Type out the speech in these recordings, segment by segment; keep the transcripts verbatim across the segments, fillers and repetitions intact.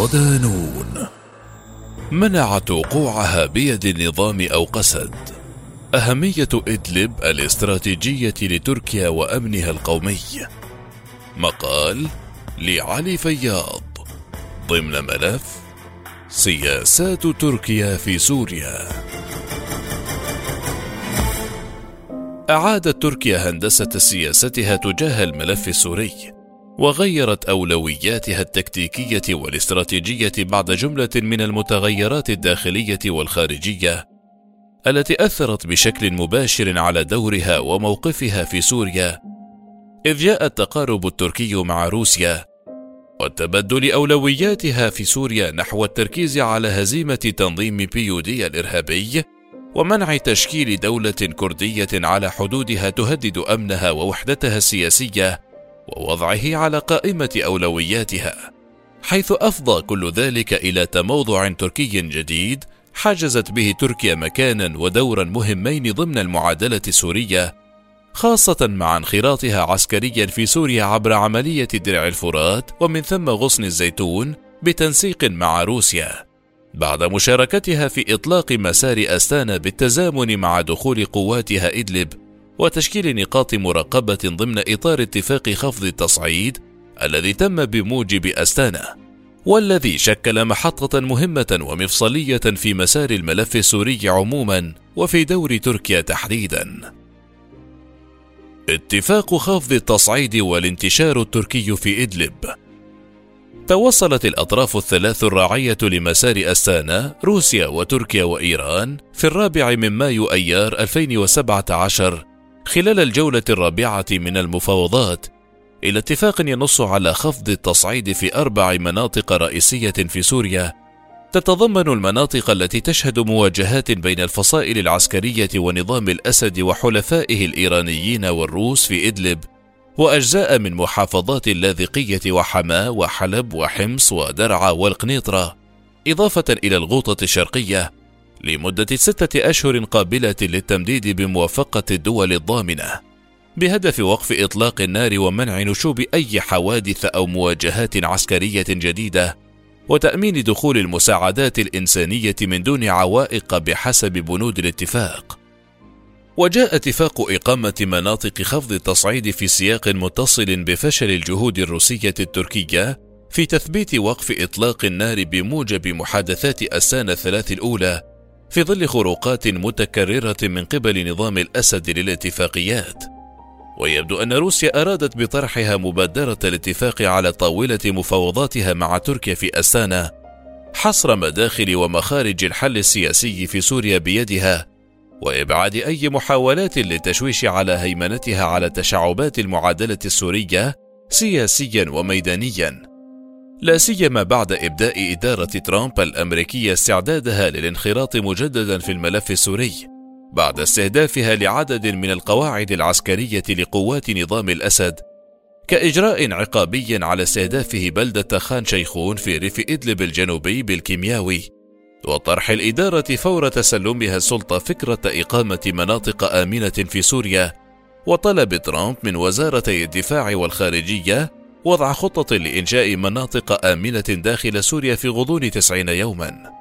ودانون منعت وقوعها بيد النظام أو قسد. أهمية إدلب الاستراتيجية لتركيا وأمنها القومي. مقال لعلي فياض ضمن ملف سياسات تركيا في سوريا. أعادت تركيا هندسة سياستها تجاه الملف السوري، وغيرت أولوياتها التكتيكية والاستراتيجية بعد جملة من المتغيرات الداخلية والخارجية التي أثرت بشكل مباشر على دورها وموقفها في سوريا، إذ جاء التقارب التركي مع روسيا وتبدل أولوياتها في سوريا نحو التركيز على هزيمة تنظيم بيودي الإرهابي ومنع تشكيل دولة كردية على حدودها تهدد أمنها ووحدتها السياسية، ووضعه على قائمة أولوياتها، حيث أفضى كل ذلك إلى تموضع تركي جديد حجزت به تركيا مكانا ودورا مهمين ضمن المعادلة السورية، خاصة مع انخراطها عسكريا في سوريا عبر عملية درع الفرات ومن ثم غصن الزيتون بتنسيق مع روسيا، بعد مشاركتها في إطلاق مسار أستانا بالتزامن مع دخول قواتها إدلب وتشكيل نقاط مراقبة ضمن إطار اتفاق خفض التصعيد الذي تم بموجب أستانا، والذي شكل محطة مهمة ومفصلية في مسار الملف السوري عموما وفي دور تركيا تحديدا. اتفاق خفض التصعيد والانتشار التركي في إدلب. توصلت الأطراف الثلاث الراعية لمسار أستانا روسيا وتركيا وإيران في الرابع من مايو أيار ألفين وسبعة عشر خلال الجولة الرابعة من المفاوضات إلى اتفاق ينص على خفض التصعيد في أربع مناطق رئيسية في سوريا، تتضمن المناطق التي تشهد مواجهات بين الفصائل العسكرية ونظام الأسد وحلفائه الإيرانيين والروس في إدلب، وأجزاء من محافظات اللاذقية وحماة وحلب وحمص ودرعا والقنيطرة، إضافة إلى الغوطة الشرقية لمدة ستة أشهر قابلة للتمديد بموافقة الدول الضامنة، بهدف وقف إطلاق النار ومنع نشوب أي حوادث أو مواجهات عسكرية جديدة، وتأمين دخول المساعدات الإنسانية من دون عوائق بحسب بنود الاتفاق. وجاء اتفاق إقامة مناطق خفض التصعيد في سياق متصل بفشل الجهود الروسية التركية في تثبيت وقف إطلاق النار بموجب محادثات أستانا الثلاث الأولى، في ظل خروقات متكررة من قبل نظام الأسد للاتفاقيات. ويبدو أن روسيا أرادت بطرحها مبادرة الاتفاق على طاولة مفاوضاتها مع تركيا في أستانا حصر مداخل ومخارج الحل السياسي في سوريا بيدها، وإبعاد أي محاولات للتشويش على هيمنتها على تشعبات المعادلة السورية سياسيا وميدانيا، لا سيما بعد إبداء إدارة ترامب الأمريكية استعدادها للانخراط مجددا في الملف السوري بعد استهدافها لعدد من القواعد العسكرية لقوات نظام الأسد، كإجراء عقابي على استهدافه بلدة خان شيخون في ريف إدلب الجنوبي بالكيمياوي، وطرح الإدارة فور تسلمها السلطة فكرة إقامة مناطق آمنة في سوريا، وطلب ترامب من وزارتي الدفاع والخارجية وضع خطة لإنشاء مناطق آمنة داخل سوريا في غضون تسعين يوما.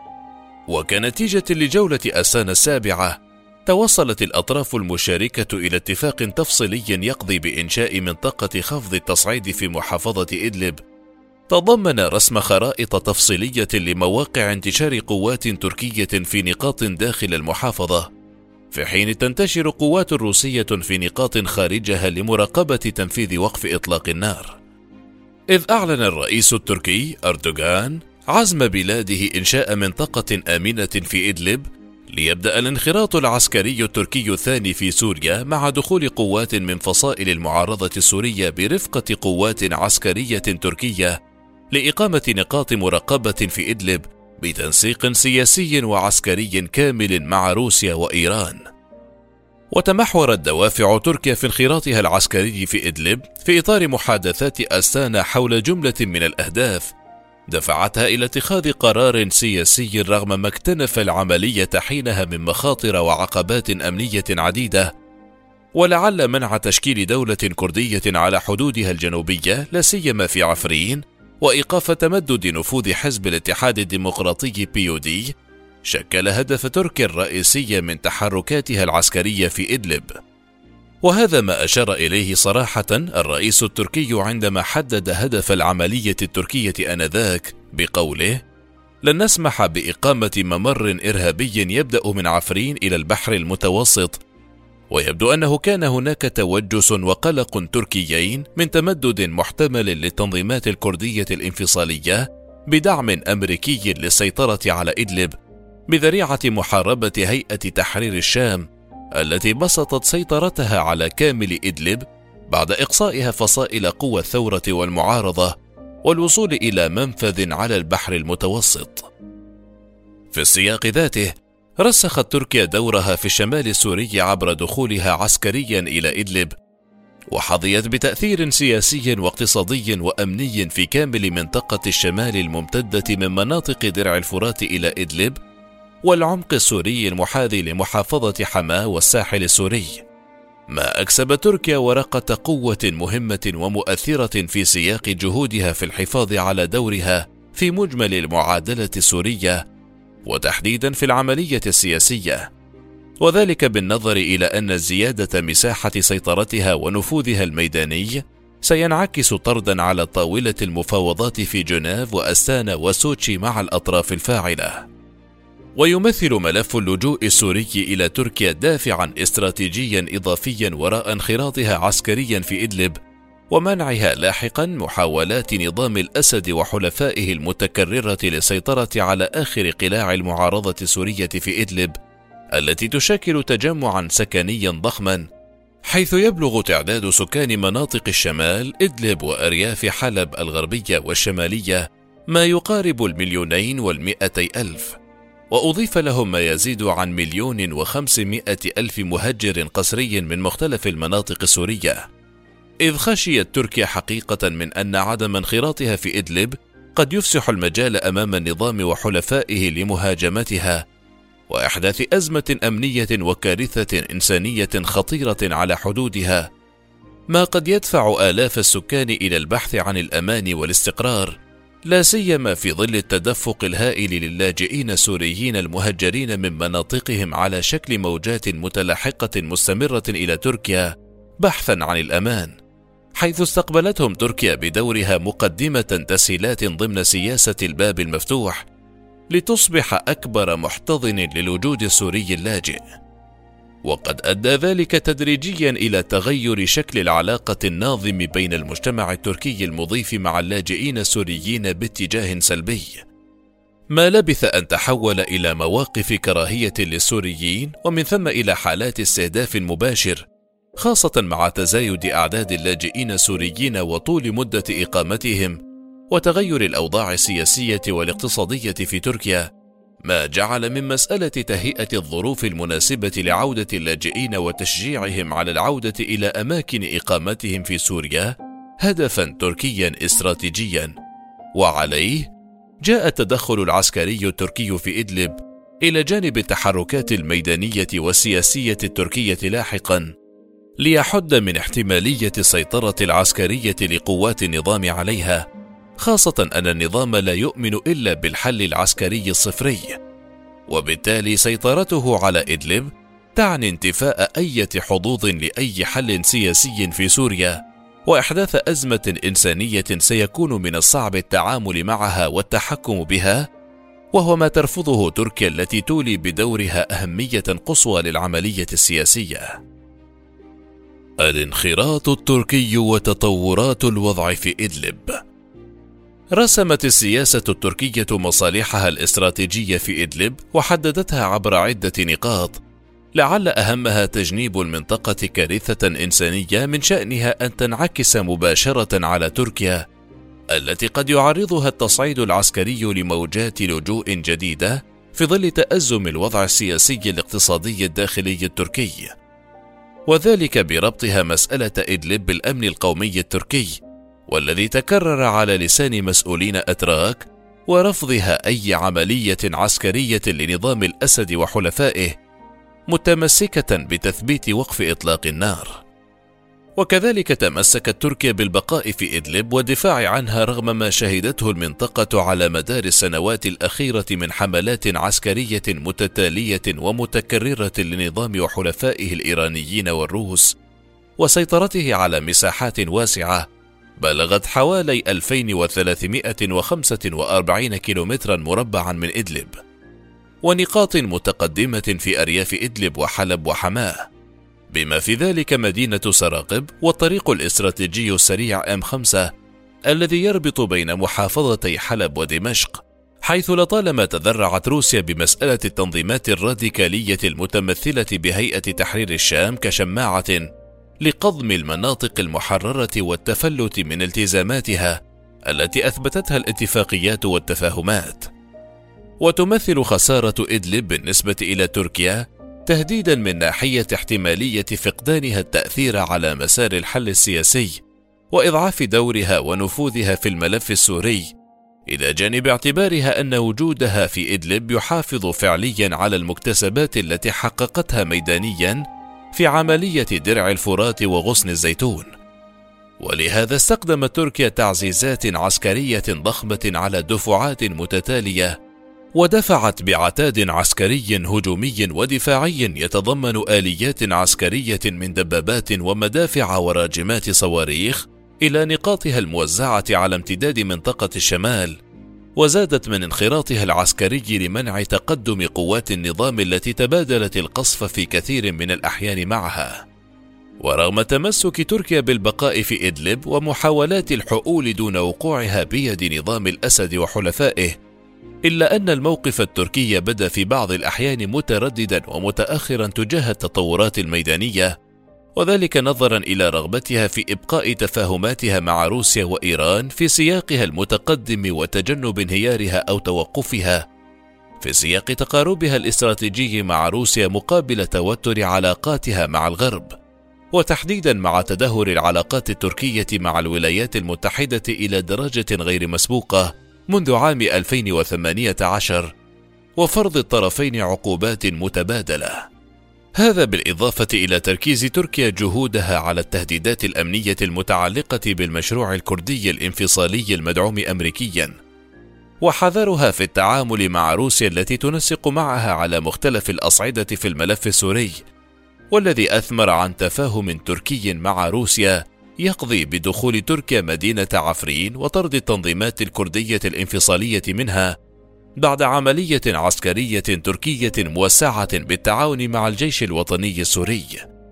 وكنتيجة لجولة أستانا السابعة، توصلت الأطراف المشاركة إلى اتفاق تفصيلي يقضي بإنشاء منطقة خفض التصعيد في محافظة إدلب، تضمن رسم خرائط تفصيلية لمواقع انتشار قوات تركية في نقاط داخل المحافظة، في حين تنتشر قوات روسية في نقاط خارجها لمراقبة تنفيذ وقف إطلاق النار. إذ أعلن الرئيس التركي أردوغان عزم بلاده إنشاء منطقة آمنة في إدلب ليبدأ الانخراط العسكري التركي الثاني في سوريا مع دخول قوات من فصائل المعارضة السورية برفقة قوات عسكرية تركية لإقامة نقاط مراقبة في إدلب بتنسيق سياسي وعسكري كامل مع روسيا وإيران. وتمحورت دوافع تركيا في انخراطها العسكري في إدلب في إطار محادثات أستانا حول جملة من الأهداف دفعتها إلى اتخاذ قرار سياسي رغم ما اكتنف العملية حينها من مخاطر وعقبات أمنية عديدة، ولعل منع تشكيل دولة كردية على حدودها الجنوبية لا سيما في عفرين وإيقاف تمدد نفوذ حزب الاتحاد الديمقراطي بي يو دي شكل هدف تركيا الرئيسي من تحركاتها العسكرية في إدلب، وهذا ما أشار إليه صراحة الرئيس التركي عندما حدد هدف العملية التركية آنذاك بقوله: لن نسمح بإقامة ممر إرهابي يبدأ من عفرين إلى البحر المتوسط. ويبدو أنه كان هناك توجس وقلق تركيين من تمدد محتمل للتنظيمات الكردية الانفصالية بدعم أمريكي للسيطرة على إدلب بذريعة محاربة هيئة تحرير الشام التي بسطت سيطرتها على كامل إدلب بعد إقصائها فصائل قوى الثورة والمعارضة والوصول إلى منفذ على البحر المتوسط. في السياق ذاته رسخت تركيا دورها في الشمال السوري عبر دخولها عسكريا إلى إدلب، وحظيت بتأثير سياسي واقتصادي وأمني في كامل منطقة الشمال الممتدة من مناطق درع الفرات إلى إدلب والعمق السوري المحاذي لمحافظة حماة والساحل السوري، ما أكسب تركيا ورقة قوة مهمة ومؤثرة في سياق جهودها في الحفاظ على دورها في مجمل المعادلة السورية وتحديدا في العملية السياسية، وذلك بالنظر إلى أن زيادة مساحة سيطرتها ونفوذها الميداني سينعكس طردا على طاولة المفاوضات في جنيف وأستانا وسوتشي مع الأطراف الفاعلة. ويمثل ملف اللجوء السوري إلى تركيا دافعا استراتيجيا إضافيا وراء انخراطها عسكريا في إدلب ومنعها لاحقا محاولات نظام الأسد وحلفائه المتكررة للسيطرة على آخر قلاع المعارضة السورية في إدلب التي تشكل تجمعا سكنيا ضخما، حيث يبلغ تعداد سكان مناطق الشمال إدلب وأرياف حلب الغربية والشمالية ما يقارب المليونين والمئتي ألف، وأضيف لهم ما يزيد عن مليون وخمسمائة ألف مهجر قسري من مختلف المناطق السورية، إذ خشيت تركيا حقيقة من أن عدم انخراطها في إدلب قد يفسح المجال أمام النظام وحلفائه لمهاجمتها وإحداث أزمة أمنية وكارثة إنسانية خطيرة على حدودها، ما قد يدفع آلاف السكان إلى البحث عن الأمان والاستقرار، لا سيما في ظل التدفق الهائل للاجئين السوريين المهجرين من مناطقهم على شكل موجات متلاحقة مستمرة إلى تركيا بحثا عن الأمان، حيث استقبلتهم تركيا بدورها مقدمة تسهيلات ضمن سياسة الباب المفتوح لتصبح أكبر محتضن للوجود السوري اللاجئ. وقد أدى ذلك تدريجيا إلى تغير شكل العلاقة الناظم بين المجتمع التركي المضيف مع اللاجئين السوريين باتجاه سلبي، ما لبث أن تحول إلى مواقف كراهية للسوريين ومن ثم إلى حالات استهداف مباشر، خاصة مع تزايد أعداد اللاجئين السوريين وطول مدة إقامتهم وتغير الأوضاع السياسية والاقتصادية في تركيا، ما جعل من مسألة تهيئة الظروف المناسبة لعودة اللاجئين وتشجيعهم على العودة إلى أماكن إقامتهم في سوريا هدفا تركيا استراتيجيا، وعليه جاء التدخل العسكري التركي في إدلب إلى جانب التحركات الميدانية والسياسية التركية لاحقا ليحد من احتمالية السيطرة العسكرية لقوات النظام عليها، خاصة أن النظام لا يؤمن إلا بالحل العسكري الصفري، وبالتالي سيطرته على إدلب تعني انتفاء أي حظوظ لأي حل سياسي في سوريا وإحداث أزمة إنسانية سيكون من الصعب التعامل معها والتحكم بها، وهو ما ترفضه تركيا التي تولي بدورها أهمية قصوى للعملية السياسية. الانخراط التركي وتطورات الوضع في إدلب. رسمت السياسة التركية مصالحها الاستراتيجية في إدلب وحددتها عبر عدة نقاط، لعل أهمها تجنيب المنطقة كارثة إنسانية من شأنها أن تنعكس مباشرة على تركيا، التي قد يعرضها التصعيد العسكري لموجات لجوء جديدة في ظل تأزم الوضع السياسي الاقتصادي الداخلي التركي، وذلك بربطها مسألة إدلب بالأمن القومي التركي، والذي تكرر على لسان مسؤولين أتراك، ورفضها أي عملية عسكرية لنظام الأسد وحلفائه، متمسكة بتثبيت وقف إطلاق النار. وكذلك تمسكت تركيا بالبقاء في إدلب والدفاع عنها رغم ما شهدته المنطقة على مدار السنوات الأخيرة من حملات عسكرية متتالية ومتكررة للنظام وحلفائه الإيرانيين والروس، وسيطرته على مساحات واسعة بلغت حوالي ألفين وثلاثمائة وخمسة وأربعين كيلومترا مربعا من إدلب، ونقاط متقدمة في أرياف إدلب وحلب وحماه، بما في ذلك مدينة سراقب والطريق الاستراتيجي السريع إم خمسة الذي يربط بين محافظتي حلب ودمشق، حيث لطالما تذرعت روسيا بمسألة التنظيمات الراديكالية المتمثلة بهيئة تحرير الشام كشماعة لقضم المناطق المحررة والتفلت من التزاماتها التي أثبتتها الاتفاقيات والتفاهمات. وتمثل خسارة إدلب بالنسبة إلى تركيا تهديدا من ناحية احتمالية فقدانها التأثير على مسار الحل السياسي وإضعاف دورها ونفوذها في الملف السوري، إلى جانب اعتبارها أن وجودها في إدلب يحافظ فعليا على المكتسبات التي حققتها ميدانيا في عملية درع الفرات وغصن الزيتون. ولهذا استخدمت تركيا تعزيزات عسكرية ضخمة على دفعات متتالية، ودفعت بعتاد عسكري هجومي ودفاعي يتضمن آليات عسكرية من دبابات ومدافع وراجمات صواريخ إلى نقاطها الموزعة على امتداد منطقة الشمال، وزادت من انخراطها العسكري لمنع تقدم قوات النظام التي تبادلت القصف في كثير من الأحيان معها. ورغم تمسك تركيا بالبقاء في إدلب ومحاولات الحؤول دون وقوعها بيد نظام الأسد وحلفائه، إلا أن الموقف التركي بدا في بعض الأحيان مترددا ومتأخرا تجاه التطورات الميدانية، وذلك نظرا إلى رغبتها في إبقاء تفاهماتها مع روسيا وإيران في سياقها المتقدم وتجنب انهيارها أو توقفها، في سياق تقاربها الاستراتيجي مع روسيا مقابل توتر علاقاتها مع الغرب، وتحديدا مع تدهور العلاقات التركية مع الولايات المتحدة إلى درجة غير مسبوقة منذ عام ألفين وثمانية عشر، وفرض الطرفين عقوبات متبادلة. هذا بالإضافة إلى تركيز تركيا جهودها على التهديدات الأمنية المتعلقة بالمشروع الكردي الانفصالي المدعوم أمريكيا، وحذرها في التعامل مع روسيا التي تنسق معها على مختلف الأصعدة في الملف السوري، والذي أثمر عن تفاهم تركي مع روسيا يقضي بدخول تركيا مدينة عفرين وطرد التنظيمات الكردية الانفصالية منها بعد عملية عسكرية تركية موسعة بالتعاون مع الجيش الوطني السوري.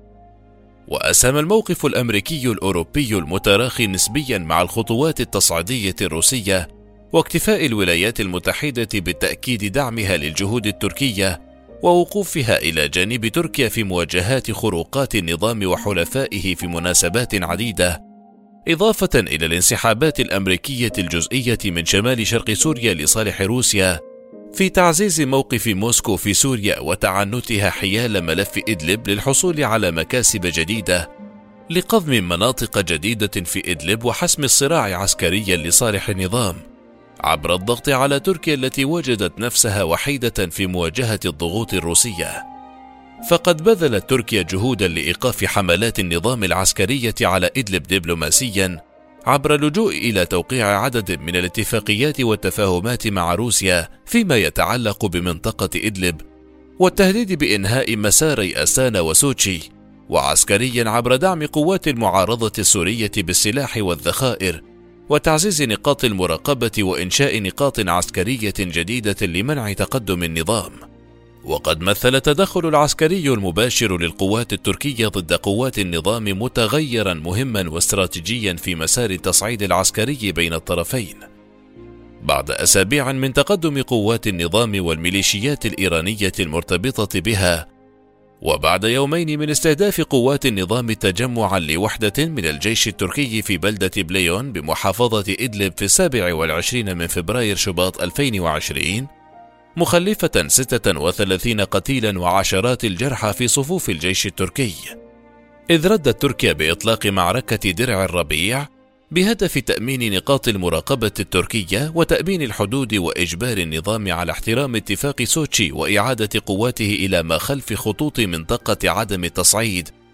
وأسهم الموقف الأمريكي الأوروبي المتراخي نسبيا مع الخطوات التصعيدية الروسية واكتفاء الولايات المتحدة بالتأكيد دعمها للجهود التركية ووقوفها إلى جانب تركيا في مواجهات خروقات النظام وحلفائه في مناسبات عديدة، إضافة إلى الانسحابات الأمريكية الجزئية من شمال شرق سوريا لصالح روسيا في تعزيز موقف موسكو في سوريا وتعنتها حيال ملف إدلب للحصول على مكاسب جديدة لقضم مناطق جديدة في إدلب وحسم الصراع عسكريا لصالح النظام عبر الضغط على تركيا التي وجدت نفسها وحيدة في مواجهة الضغوط الروسية. فقد بذلت تركيا جهودا لإيقاف حملات النظام العسكرية على إدلب دبلوماسيا عبر اللجوء إلى توقيع عدد من الاتفاقيات والتفاهمات مع روسيا فيما يتعلق بمنطقة إدلب، والتهديد بإنهاء مساري أستانا وسوتشي، وعسكريا عبر دعم قوات المعارضة السورية بالسلاح والذخائر وتعزيز نقاط المراقبة وإنشاء نقاط عسكرية جديدة لمنع تقدم النظام. وقد مثل التدخل العسكري المباشر للقوات التركية ضد قوات النظام متغيرا مهما واستراتيجيا في مسار التصعيد العسكري بين الطرفين. بعد أسابيع من تقدم قوات النظام والميليشيات الإيرانية المرتبطة بها، وبعد يومين من استهداف قوات النظام تجمعا لوحدة من الجيش التركي في بلدة بليون بمحافظة إدلب في السابع والعشرين من فبراير شباط ألفين وعشرين، مخلفة ستة وثلاثين قتيلا وعشرات الجرحى في صفوف الجيش التركي، إذ ردت تركيا بإطلاق معركة درع الربيع بهدف تأمين نقاط المراقبة التركية وتأمين الحدود وإجبار النظام على احترام اتفاق سوتشي وإعادة قواته إلى ما خلف خطوط منطقة عدم التصعيد،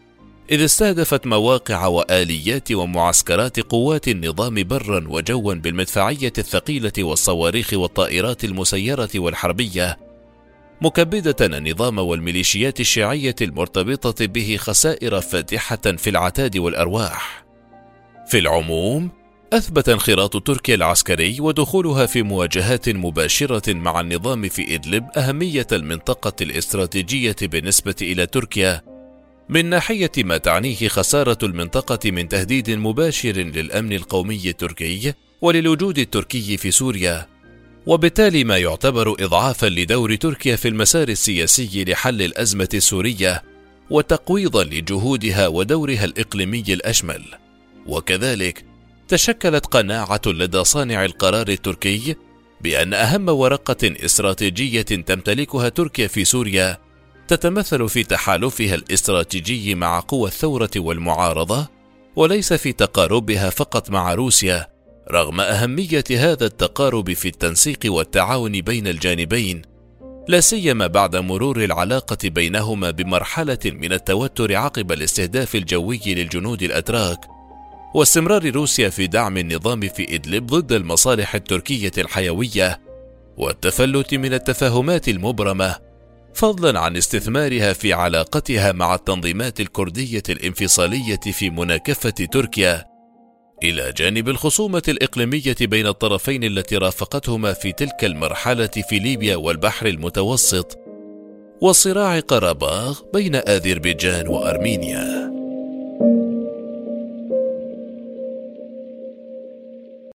إذ استهدفت مواقع وآليات ومعسكرات قوات النظام برا وجوا بالمدفعية الثقيلة والصواريخ والطائرات المسيرة والحربية، مكبدة النظام والميليشيات الشيعية المرتبطة به خسائر فادحة في العتاد والأرواح. في العموم، أثبت انخراط تركيا العسكري ودخولها في مواجهات مباشرة مع النظام في إدلب أهمية المنطقة الاستراتيجية بالنسبة إلى تركيا، من ناحية ما تعنيه خسارة المنطقة من تهديد مباشر للأمن القومي التركي وللوجود التركي في سوريا، وبالتالي ما يعتبر إضعافا لدور تركيا في المسار السياسي لحل الأزمة السورية وتقويضا لجهودها ودورها الإقليمي الأشمل. وكذلك تشكلت قناعة لدى صانع القرار التركي بأن أهم ورقة استراتيجية تمتلكها تركيا في سوريا تتمثل في تحالفها الاستراتيجي مع قوى الثورة والمعارضة، وليس في تقاربها فقط مع روسيا، رغم أهمية هذا التقارب في التنسيق والتعاون بين الجانبين، لا سيما بعد مرور العلاقة بينهما بمرحلة من التوتر عقب الاستهداف الجوي للجنود الأتراك، واستمرار روسيا في دعم النظام في إدلب ضد المصالح التركية الحيوية، والتفلت من التفاهمات المبرمة، فضلا عن استثمارها في علاقتها مع التنظيمات الكردية الانفصالية في مناكفة تركيا، إلى جانب الخصومة الإقليمية بين الطرفين التي رافقتهما في تلك المرحلة في ليبيا والبحر المتوسط، وصراع قراباغ بين أذربيجان وأرمينيا.